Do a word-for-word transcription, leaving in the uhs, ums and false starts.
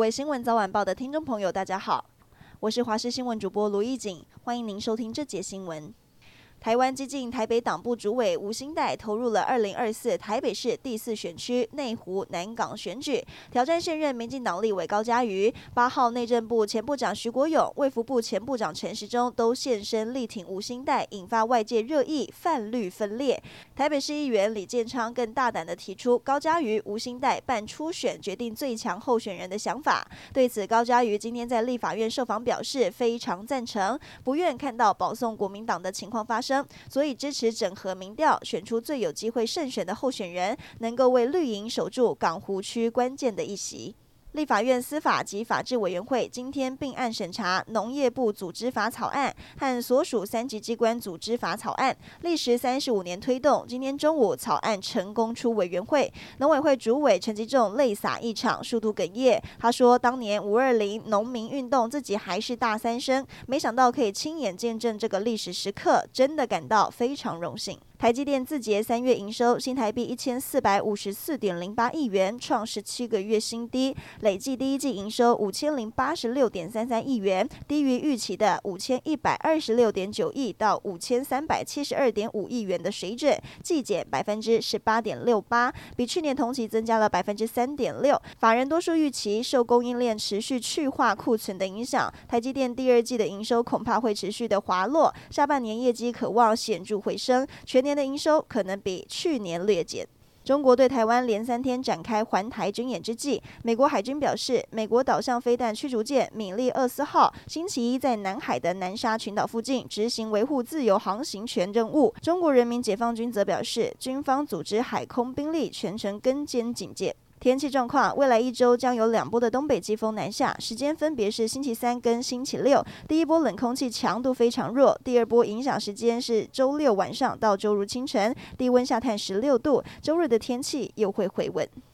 位新闻早晚报的听众朋友，大家好，我是华视新闻主播卢艺锦，欢迎您收听这节新闻。台湾基进台北党部主委吴欣岱投入了二零二四台北市第四选区内湖南港选举，挑战现任民进党立委高嘉瑜。八号内政部前部长徐国勇、卫福部前部长陈时中都现身力挺吴欣岱，引发外界热议，泛绿分裂。台北市议员李建昌更大胆地提出高嘉瑜、吴欣岱办初选决定最强候选人的想法。对此，高嘉瑜今天在立法院受访表示非常赞成，不愿看到保送国民党的情况发生。所以支持整合民调，选出最有机会胜选的候选人，能够为绿营守住港湖区关键的一席。立法院司法及法制委员会今天并案审查农业部组织法草案和所属三级机关组织法草案，历时三十五年推动，今天中午草案成功出委员会。农委会主委陈吉仲泪洒一场，数度哽咽。他说，当年五二零农民运动，自己还是大三生，没想到可以亲眼见证这个历史时刻，真的感到非常荣幸。台积电自结三月营收新台币一千四百五十四点零八亿元，创十七个月新低，累计第一季营收五千零八十六点三三亿元，低于预期的五千一百二十六点九亿到五千三百七十二点五亿元的水准，季减百分之十八点六八，比去年同期增加了百分之三点六。法人多数预期，受供应链持续去化库存的影响，台积电第二季的营收恐怕会持续的滑落，下半年业绩可望显著回升，全年年的营收可能比去年略减。中国对台湾连三天展开环台军演之际，美国海军表示，美国岛上飞弹驱逐舰米利厄斯号星期一在南海的南沙群岛附近执行维护自由航行权任务。中国人民解放军则表示，军方组织海空兵力全程跟监警戒。天气状况，未来一周将有两波的东北季风南下，时间分别是星期三跟星期六。第一波冷空气强度非常弱，第二波影响时间是周六晚上到周日清晨，低温下探十六度，周日的天气又会回稳。